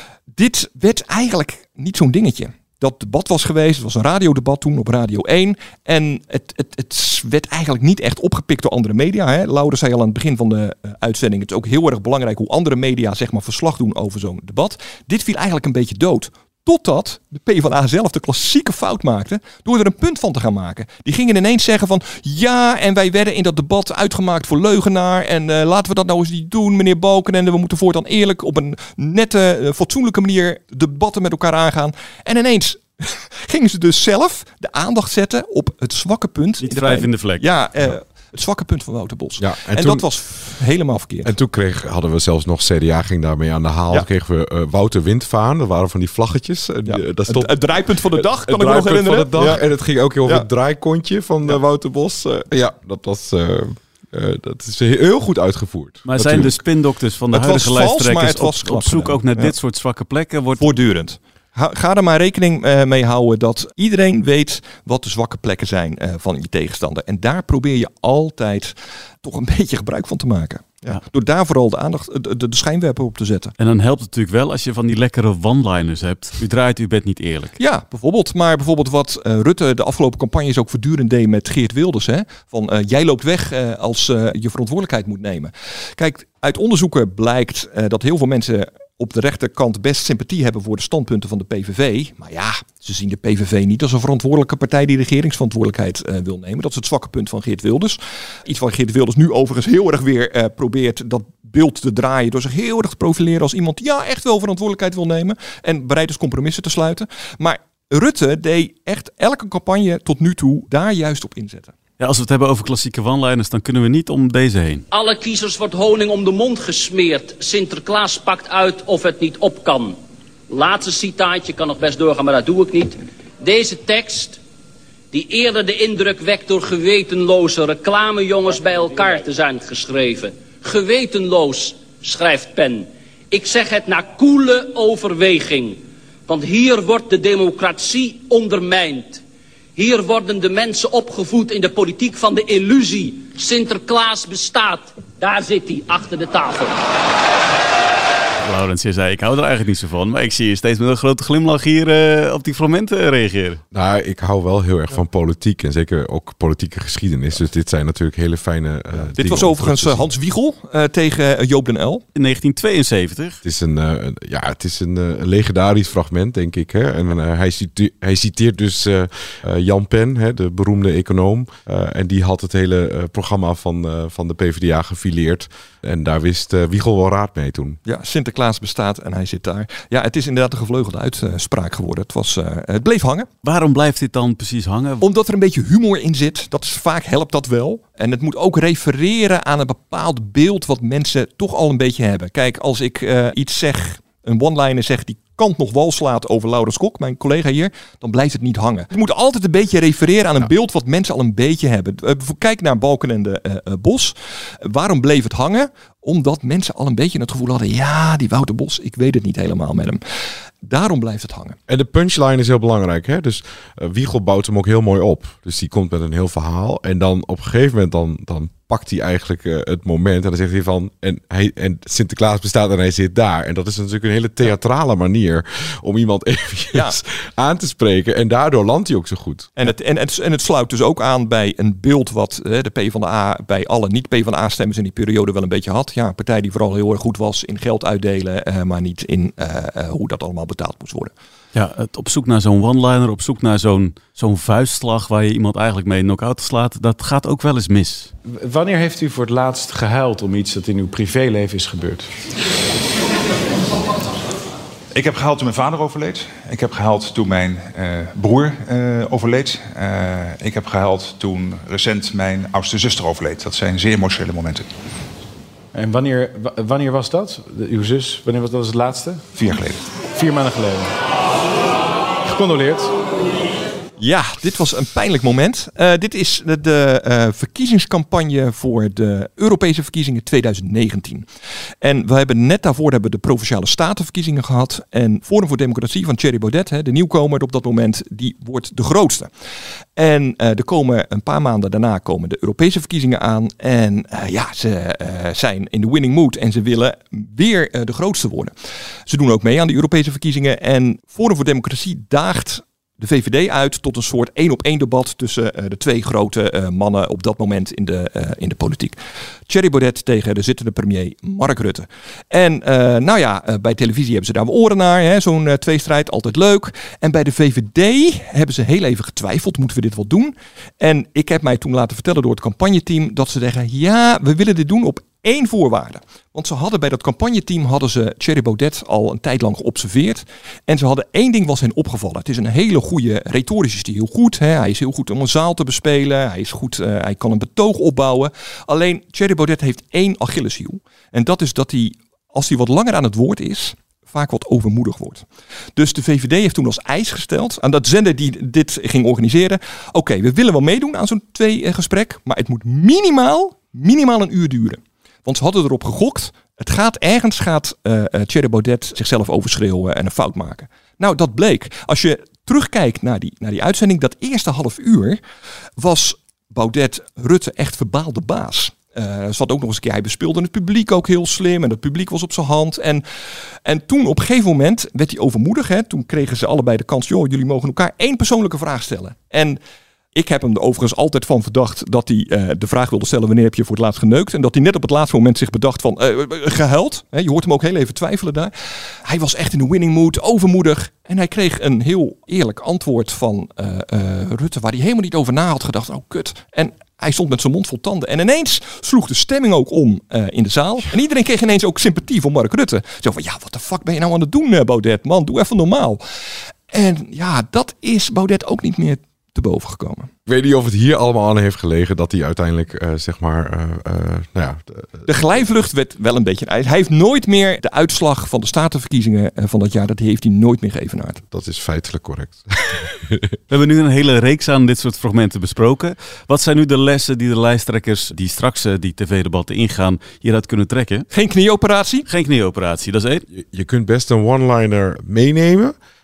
Dit werd eigenlijk niet zo'n dingetje. Dat debat was geweest, het was een radiodebat toen op Radio één. En het, het, het werd eigenlijk niet echt opgepikt door andere media. Hè. Laura zei al aan het begin van de uh, uitzending, het is ook heel erg belangrijk hoe andere media zeg maar verslag doen over zo'n debat. Dit viel eigenlijk een beetje dood. Totdat de PvdA zelf de klassieke fout maakte door er een punt van te gaan maken. Die gingen ineens zeggen van, ja, en wij werden in dat debat uitgemaakt voor leugenaar. En uh, laten we dat nou eens niet doen, meneer Balkenende. We moeten voortaan eerlijk op een nette, uh, fatsoenlijke manier debatten met elkaar aangaan. En ineens gingen ze dus zelf de aandacht zetten op het zwakke punt. Niet wrijf in de vlek. Ja, uh, ja. Het zwakke punt van Wouter Bos. Ja, en en toen, dat was helemaal verkeerd. En toen kreeg, hadden we zelfs nog, C D A ging daarmee aan de haal. Ja. Kregen we uh, Wouter Windvaan. Dat waren van die vlaggetjes. En ja. die, daar stond, het, het draaipunt van de dag, kan het ik me nog herinneren. Van de dag. Ja. En het ging ook over ja. het draaikontje van ja. uh, Wouter Bos. Uh, ja, dat was... Uh, Uh, dat is heel goed uitgevoerd. Maar zijn de spindokters van de het huidige lijsttrekkers op, op zoek ook naar ja. dit soort zwakke plekken? Wordt... Voortdurend. Ha, ga er maar rekening uh, mee houden dat iedereen weet wat de zwakke plekken zijn uh, van je tegenstander. En daar probeer je altijd toch een beetje gebruik van te maken. Ja. Ja. Door daar vooral de aandacht, de, de, de schijnwerper op te zetten. En dan helpt het natuurlijk wel als je van die lekkere one-liners hebt. U draait, u bent niet eerlijk. Ja, bijvoorbeeld. Maar bijvoorbeeld wat uh, Rutte de afgelopen campagnes ook voortdurend deed met Geert Wilders. Hè? Van uh, jij loopt weg uh, als uh, je verantwoordelijkheid moet nemen. Kijk, uit onderzoeken blijkt uh, dat heel veel mensen op de rechterkant best sympathie hebben voor de standpunten van de P V V. Maar ja, ze zien de P V V niet als een verantwoordelijke partij die regeringsverantwoordelijkheid uh, wil nemen. Dat is het zwakke punt van Geert Wilders. Iets wat Geert Wilders nu overigens heel erg weer uh, probeert dat beeld te draaien door zich heel erg te profileren als iemand die ja, echt wel verantwoordelijkheid wil nemen en bereid is compromissen te sluiten. Maar Rutte deed echt elke campagne tot nu toe daar juist op inzetten. Ja, als we het hebben over klassieke one-liners, dan kunnen we niet om deze heen. Alle kiezers wordt honing om de mond gesmeerd. Sinterklaas pakt uit of het niet op kan. Laatste citaatje, kan nog best doorgaan, maar dat doe ik niet. Deze tekst, die eerder de indruk wekt door gewetenloze reclamejongens bij elkaar te zijn geschreven. Gewetenloos, schrijft Pen. Ik zeg het na koele overweging. Want hier wordt de democratie ondermijnd. Hier worden de mensen opgevoed in de politiek van de illusie. Sinterklaas bestaat. Daar zit hij, achter de tafel. Laurens, je zei, ik hou er eigenlijk niet zo van. Maar ik zie je steeds met een grote glimlach hier uh, op die fragmenten reageren. Nou, ik hou wel heel erg van politiek. En zeker ook politieke geschiedenis. Dus dit zijn natuurlijk hele fijne uh, Dit dingen was overigens uh, Hans Wiegel uh, tegen uh, Joop den Uyl. In negentien tweeënzeventig. Het is een, uh, een, ja, het is een uh, legendarisch fragment, denk ik. Hè? En uh, hij, citeert, hij citeert dus uh, uh, Jan Pen, hè, de beroemde econoom. Uh, en die had het hele uh, programma van, uh, van de P v d A gefileerd. En daar wist uh, Wiegel wel raad mee toen. Ja, Sinterklaas bestaat en hij zit daar. Ja, het is inderdaad een gevleugelde uitspraak geworden. Het, was, uh, het bleef hangen. Waarom blijft dit dan precies hangen? Omdat er een beetje humor in zit. Dat is vaak helpt dat wel. En het moet ook refereren aan een bepaald beeld wat mensen toch al een beetje hebben. Kijk, als ik uh, iets zeg, een one-liner zeg die kant nog wal slaat over Laurens Kok, mijn collega hier, dan blijft het niet hangen. Het moet altijd een beetje refereren aan een ja. beeld wat mensen al een beetje hebben. Uh, kijk naar Balkenende uh, uh, Bos. Uh, waarom bleef het hangen? Omdat mensen al een beetje het gevoel hadden, ja, die Wouter Bos, ik weet het niet helemaal met hem. Daarom blijft het hangen. En de punchline is heel belangrijk. Hè? Dus uh, Wiegel bouwt hem ook heel mooi op. Dus die komt met een heel verhaal. En dan op een gegeven moment dan, dan pakt hij eigenlijk uh, het moment. En dan zegt hij van, en, hij, en Sinterklaas bestaat en hij zit daar. En dat is natuurlijk een hele theatrale manier om iemand eventjes ja. aan te spreken. En daardoor landt hij ook zo goed. En het, en, het, en het sluit dus ook aan bij een beeld wat uh, de PvdA bij alle niet-PvdA-stemmers in die periode wel een beetje had. Ja, een partij die vooral heel erg goed was in geld uitdelen, uh, maar niet in uh, uh, hoe dat allemaal betaald moest worden. Ja, het op zoek naar zo'n one-liner, op zoek naar zo'n, zo'n vuistslag waar je iemand eigenlijk mee knock-out slaat, dat gaat ook wel eens mis. W- wanneer heeft u voor het laatst gehuild om iets dat in uw privéleven is gebeurd? Ik heb gehuild toen mijn vader overleed. Ik heb gehuild toen mijn uh, broer uh, overleed. Uh, ik heb gehuild toen recent mijn oudste zuster overleed. Dat zijn zeer emotionele momenten. En wanneer, w- wanneer was dat? De, uw zus, wanneer was dat het laatste? Vier jaar geleden. Vier maanden geleden. Gecondoleerd. Ja, dit was een pijnlijk moment. Uh, dit is de, de uh, verkiezingscampagne voor de Europese verkiezingen twintig negentien. En we hebben net daarvoor hebben de Provinciale Statenverkiezingen gehad. En Forum voor Democratie van Thierry Baudet, hè, de nieuwkomer op dat moment, die wordt de grootste. En uh, er komen een paar maanden daarna komen de Europese verkiezingen aan. En uh, ja, ze uh, zijn in de winning mood en ze willen weer uh, de grootste worden. Ze doen ook mee aan de Europese verkiezingen. En Forum voor Democratie daagt de V V D uit tot een soort één-op-één debat tussen uh, de twee grote uh, mannen op dat moment in de, uh, in de politiek. Thierry Baudet tegen de zittende premier Mark Rutte. En uh, nou ja, uh, bij televisie hebben ze daar wel oren naar. Hè? Zo'n uh, tweestrijd, altijd leuk. En bij de V V D hebben ze heel even getwijfeld, moeten we dit wel doen? En ik heb mij toen laten vertellen door het campagneteam dat ze zeggen, ja, we willen dit doen op één voorwaarde. Want ze hadden bij dat campagneteam hadden ze Thierry Baudet al een tijd lang geobserveerd. En ze hadden één ding was hen opgevallen. Het is een hele goede, retorisch is hij heel goed. Hè? Hij is heel goed om een zaal te bespelen. Hij is goed, uh, hij kan een betoog opbouwen. Alleen Thierry Baudet heeft één Achilleshiel. En dat is dat hij, als hij wat langer aan het woord is, vaak wat overmoedig wordt. Dus de V V D heeft toen als eis gesteld aan dat zender die dit ging organiseren. Oké, okay, we willen wel meedoen aan zo'n twee uh, gesprek, maar het moet minimaal, minimaal een uur duren. Want ze hadden erop gegokt. Het gaat ergens gaat uh, uh, Thierry Baudet zichzelf overschreeuwen en een fout maken. Nou, dat bleek. Als je terugkijkt naar die, naar die uitzending, dat eerste half uur was Baudet Rutte echt verbaal de baas. Uh, er zat ook nog eens een keer, hij bespeelde het publiek ook heel slim en het publiek was op zijn hand. En, en toen op een gegeven moment werd hij overmoedig. Hè? Toen kregen ze allebei de kans, joh, jullie mogen elkaar één persoonlijke vraag stellen. En ik heb hem er overigens altijd van verdacht dat hij uh, de vraag wilde stellen, wanneer heb je voor het laatst geneukt? En dat hij net op het laatste moment zich bedacht van, uh, gehuild. Hè? Je hoort hem ook heel even twijfelen daar. Hij was echt in de winning mood, overmoedig. En hij kreeg een heel eerlijk antwoord van uh, uh, Rutte, waar hij helemaal niet over na had gedacht. Oh, kut. En hij stond met zijn mond vol tanden. En ineens sloeg de stemming ook om uh, in de zaal. En iedereen kreeg ineens ook sympathie voor Mark Rutte. Zo van, ja, wat de fuck ben je nou aan het doen, uh, Baudet? Man, doe even normaal. En ja, dat is Baudet ook niet meer te boven gekomen. Ik weet niet of het hier allemaal aan heeft gelegen dat hij uiteindelijk, uh, zeg maar, uh, uh, nou ja. De, de glijvlucht werd wel een beetje uit. Hij heeft nooit meer de uitslag van de statenverkiezingen van dat jaar, dat heeft hij nooit meer geëvenaard. Dat is feitelijk correct. We hebben nu een hele reeks aan dit soort fragmenten besproken. Wat zijn nu de lessen die de lijsttrekkers die straks uh, die tv-debatten ingaan hieruit kunnen trekken? Geen knieoperatie? Geen knieoperatie, dat is één. Je, je kunt best een one-liner meenemen.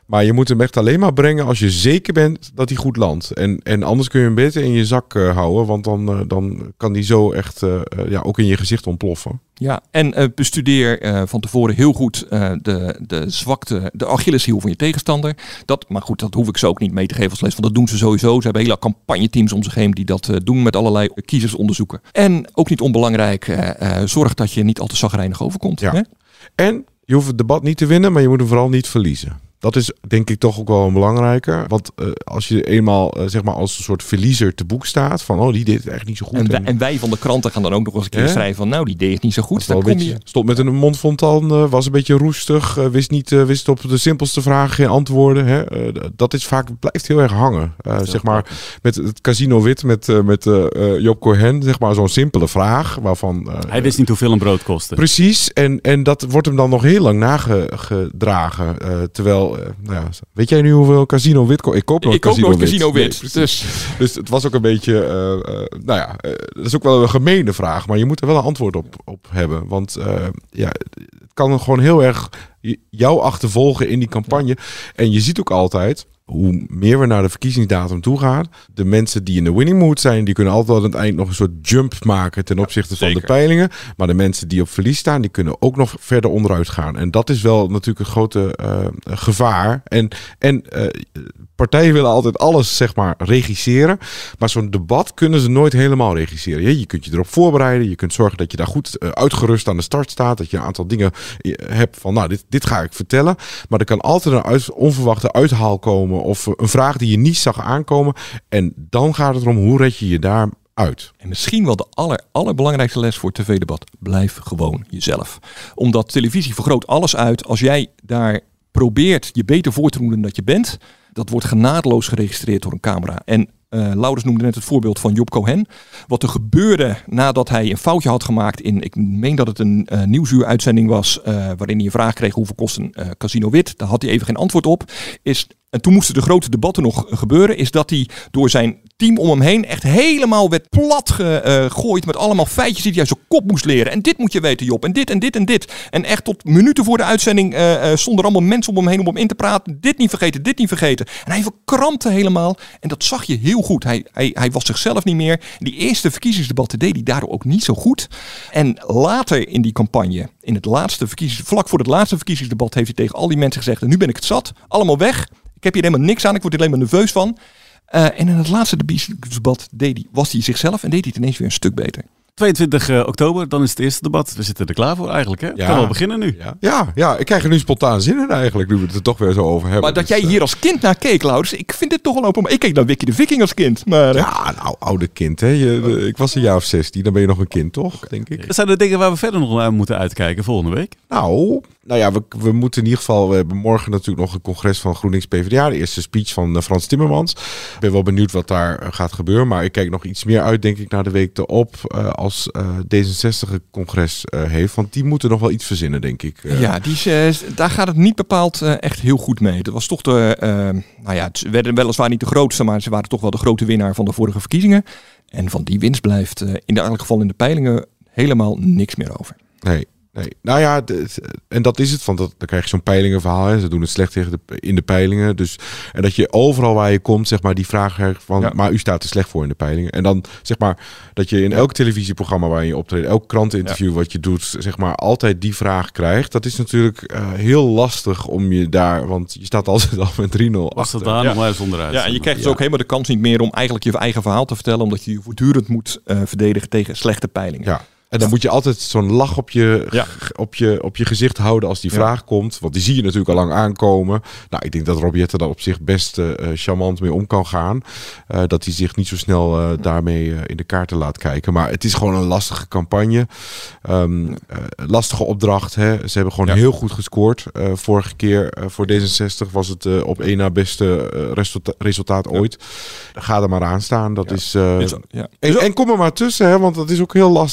Maar je moet hem echt alleen maar brengen als je zeker bent dat hij goed landt. En, en anders kun je hem beter in je zak uh, houden. Want dan, uh, dan kan die zo echt uh, uh, ja, ook in je gezicht ontploffen. Ja, en uh, bestudeer uh, van tevoren heel goed uh, de, de zwakte, de Achilleshiel van je tegenstander. Dat, maar goed, dat hoef ik ze ook niet mee te geven als les. Want dat doen ze sowieso. Ze hebben hele campagneteams om zich heen die dat uh, doen met allerlei kiezersonderzoeken. En ook niet onbelangrijk, uh, uh, zorg dat je niet al te chagrijnig overkomt. Ja. Hè? En je hoeft het debat niet te winnen, maar je moet hem vooral niet verliezen. Dat is denk ik toch ook wel een belangrijke. Want uh, als je eenmaal uh, zeg maar als een soort verliezer te boek staat. Van oh, die deed het eigenlijk niet zo goed. En wij, en wij van de kranten gaan dan ook nog eens een keer schrijven van nou, die deed het niet zo goed. Dan kom beetje, je... Stond met een mond vol tanden, was een beetje roestig. Uh, wist, niet, uh, wist op de simpelste vragen geen antwoorden. Hè? Uh, dat is vaak, blijft heel erg hangen. Uh, zeg maar met het Casino Wit met, uh, met uh, Job Cohen. Zeg maar zo'n simpele vraag. Waarvan, uh, Hij wist niet hoeveel een brood kostte. Precies. En, en dat wordt hem dan nog heel lang nagedragen. Uh, terwijl Uh, nou ja, weet jij nu hoeveel Casino Wit koop? Ik koop nog ik Casino, koop nog Wit. Casino Wit. Nee, dus. dus het was ook een beetje, uh, uh, nou ja, uh, dat is ook wel een gemene vraag, maar je moet er wel een antwoord op, op hebben. Want uh, ja, het kan gewoon heel erg jou achtervolgen in die campagne. En je ziet ook altijd, hoe meer we naar de verkiezingsdatum toe gaan, de mensen die in de winning mood zijn, die kunnen altijd aan het eind nog een soort jump maken ten opzichte ja, van de peilingen. Maar de mensen die op verlies staan, die kunnen ook nog verder onderuit gaan. En dat is wel natuurlijk een grote uh, gevaar. En, en uh, partijen willen altijd alles, zeg maar, regisseren. Maar zo'n debat kunnen ze nooit helemaal regisseren. Je, je kunt je erop voorbereiden. Je kunt zorgen dat je daar goed uh, uitgerust aan de start staat. Dat je een aantal dingen uh, hebt van, nou, dit, dit ga ik vertellen. Maar er kan altijd een uit, onverwachte uithaal komen of een vraag die je niet zag aankomen. En dan gaat het erom, hoe red je je daar uit? En misschien wel de aller, allerbelangrijkste les voor het tv-debat. Blijf gewoon jezelf. Omdat televisie vergroot alles uit. Als jij daar probeert je beter voor te doen dan dat je bent, dat wordt genadeloos geregistreerd door een camera. En Uh, Laurens noemde net het voorbeeld van Job Cohen. Wat er gebeurde nadat hij een foutje had gemaakt in, ik meen dat het een uh, nieuwsuuruitzending was, uh, waarin hij een vraag kreeg hoeveel kost een uh, Casino Wit. Daar had hij even geen antwoord op. Is, en toen moesten de grote debatten nog gebeuren. Is dat hij door zijn team om hem heen echt helemaal werd plat gegooid met allemaal feitjes die hij uit zijn kop moest leren. En dit moet je weten, Job. En dit en dit en dit. En echt tot minuten voor de uitzending uh, uh, stonden er allemaal mensen om hem heen om hem in te praten. Dit niet vergeten, dit niet vergeten. En hij verkrampte helemaal. En dat zag je heel goed. Hij, hij, hij was zichzelf niet meer. Die eerste verkiezingsdebatten deed hij daardoor ook niet zo goed. En later in die campagne, in het laatste verkiezings, vlak voor het laatste verkiezingsdebat, heeft hij tegen al die mensen gezegd, nu ben ik het zat. Allemaal weg. Ik heb hier helemaal niks aan. Ik word er alleen maar nerveus van. Uh, en in het laatste debat deed hij, was hij zichzelf en deed hij het ineens weer een stuk beter. tweeëntwintig oktober, dan is het eerste debat. We zitten er klaar voor eigenlijk, hè? Ja. Kan wel beginnen nu. Ja. Ja, ja, ik krijg er nu spontaan zin in eigenlijk, nu we het er toch weer zo over hebben. Maar dat dus, jij hier als kind naar keek, Laurens, ik vind dit toch wel open. Ik keek naar Wiki de Viking als kind. Maar, ja, nou, oude kind, hè. Je, de, ik was een jaar of zestien, dan ben je nog een kind, toch? Denk ik. Dat zijn de dingen waar we verder nog naar moeten uitkijken volgende week. Nou, nou ja, we, we moeten in ieder geval, we hebben morgen natuurlijk nog een congres van GroenLinks P v d A. De eerste speech van uh, Frans Timmermans. Ik ben wel benieuwd wat daar uh, gaat gebeuren, maar ik kijk nog iets meer uit, denk ik, naar de week erop uh, als uh, D zesenzestig een congres uh, heeft. Want die moeten nog wel iets verzinnen, denk ik. Uh. Ja, die is, uh, daar gaat het niet bepaald uh, echt heel goed mee. Dat was toch de, uh, nou ja, ze werden weliswaar niet de grootste, maar ze waren toch wel de grote winnaar van de vorige verkiezingen. En van die winst blijft uh, in elk geval in de peilingen helemaal niks meer over. Nee. Nee, nou ja, de, en dat is het. Want dat, dan krijg je zo'n peilingenverhaal. Hè. Ze doen het slecht tegen de, in de peilingen. Dus, en dat je overal waar je komt, zeg maar, die vraag krijgt van, ja. maar u staat er slecht voor in de peilingen. En dan, zeg maar, dat je in elk televisieprogramma waar je optreedt, elk kranteninterview ja. wat je doet, zeg maar, altijd die vraag krijgt. Dat is natuurlijk uh, heel lastig om je daar, want je staat altijd al met drie nul achter. Was dat daar nog maar eens onderuit? Ja, en je krijgt dus ja. ook helemaal de kans niet meer om eigenlijk je eigen verhaal te vertellen, omdat je je voortdurend moet uh, verdedigen tegen slechte peilingen. Ja. En dan moet je altijd zo'n lach op je, ja. op, je, op je gezicht houden als die vraag ja. komt. Want die zie je natuurlijk al lang aankomen. Nou, ik denk dat Rob Jetten daar op zich best uh, charmant mee om kan gaan. Uh, dat hij zich niet zo snel uh, daarmee uh, in de kaarten laat kijken. Maar het is gewoon een lastige campagne. Um, uh, lastige opdracht. Hè. Ze hebben gewoon ja. heel goed gescoord. Uh, vorige keer uh, voor D zesenzestig was het uh, op één na beste uh, resulta- resultaat ja. ooit. Ga er maar aan staan. Dat ja. is, uh, is ja. en, en kom er maar tussen, hè, want dat is ook heel lastig. Hij wordt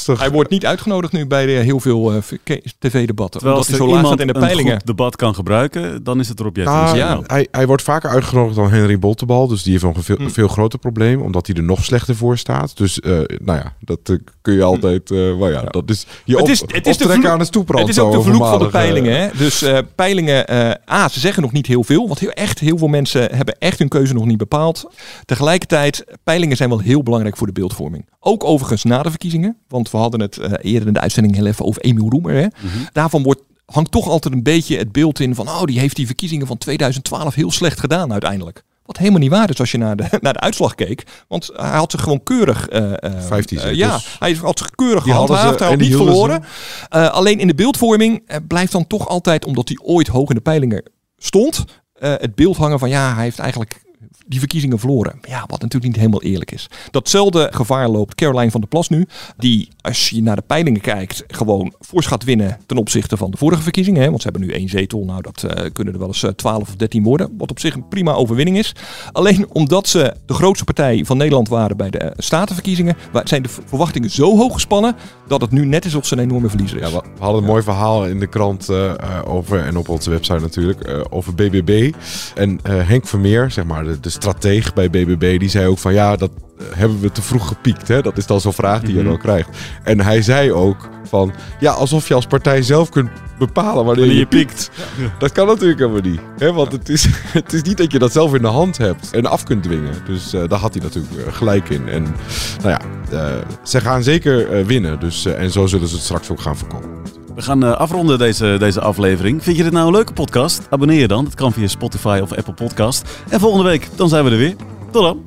wordt niet uitgenodigd nu bij de heel veel uh, tv-debatten. Terwijl omdat als hij zo laag staat in de een peilingen. goed debat kan gebruiken, dan is het Rob Jetten. Nou, ja. hij, hij wordt vaker uitgenodigd dan Henry Bontebal. Dus die heeft nog een veel, hm. veel groter probleem. Omdat hij er nog slechter voor staat. Dus uh, nou ja, dat uh, kun je altijd... Uh, well ja, ja. Dat is je op, het is, het is optrekken vloek, aan de stoeprand. Het is ook de vloek van de peilingen. Uh, Hè? Dus uh, peilingen... Uh, A, ze zeggen nog niet heel veel. Want heel, echt heel veel mensen hebben echt hun keuze nog niet bepaald. Tegelijkertijd, peilingen zijn wel heel belangrijk voor de beeldvorming. Ook overigens na de verkiezingen. Want we hadden het uh, eerder in de uitzending heel even over Emiel Roemer. Hè? Mm-hmm. Daarvan wordt, hangt toch altijd een beetje het beeld in van... oh, die heeft die verkiezingen van tweeduizend twaalf heel slecht gedaan uiteindelijk. Wat helemaal niet waar is als je naar de, naar de uitslag keek. Want hij had zich gewoon keurig... Uh, vijftien uh, Ja, hij had zich keurig die gehandhaafd. Hij had niet verloren. Uh, alleen in de beeldvorming uh, blijft dan toch altijd... omdat hij ooit hoog in de peilingen stond... Uh, het beeld hangen van ja, hij heeft eigenlijk die verkiezingen verloren. Ja, wat natuurlijk niet helemaal eerlijk is. Datzelfde gevaar loopt Caroline van der Plas nu. Die, als je naar de peilingen kijkt, gewoon fors gaat winnen ten opzichte van de vorige verkiezingen. Hè? Want ze hebben nu één zetel. Nou, dat uh, kunnen er wel eens uh, twaalf of dertien worden. Wat op zich een prima overwinning is. Alleen omdat ze de grootste partij van Nederland waren bij de uh, statenverkiezingen, zijn de verwachtingen zo hoog gespannen dat het nu net is of ze een enorme verliezer is. Ja, we hadden een mooi verhaal in de krant uh, over, en op onze website natuurlijk, uh, over B B B. En uh, Henk Vermeer, zeg maar de, de strateeg bij B B B, die zei ook van ja, dat uh, hebben we te vroeg gepiekt. Hè? Dat is dan zo'n vraag die mm-hmm. je dan krijgt. En hij zei ook van ja, alsof je als partij zelf kunt bepalen wanneer, wanneer je, je piekt. Ja. Dat kan natuurlijk helemaal niet. Hè? Want het is, het is niet dat je dat zelf in de hand hebt en af kunt dwingen. Dus uh, daar had hij natuurlijk uh, gelijk in. En nou ja, uh, ze gaan zeker uh, winnen. Dus, uh, en zo zullen ze het straks ook gaan voorkomen. We gaan uh, afronden deze, deze aflevering. Vind je dit nou een leuke podcast? Abonneer je dan. Dat kan via Spotify of Apple Podcast. En volgende week, dan zijn we er weer. Tot dan.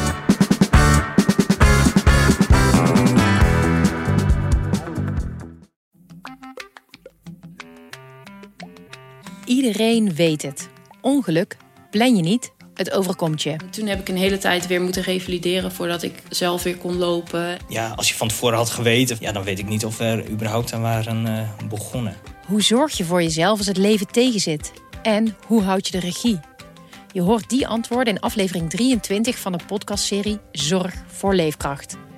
Iedereen weet het. Ongeluk plan je niet, het overkomt je. Toen heb ik een hele tijd weer moeten revalideren voordat ik zelf weer kon lopen. Ja, als je van tevoren had geweten, ja, dan weet ik niet of we er überhaupt aan waren uh, begonnen. Hoe zorg je voor jezelf als het leven tegenzit? En hoe houd je de regie? Je hoort die antwoorden in aflevering drieëntwintig van de podcastserie Zorg voor Leefkracht.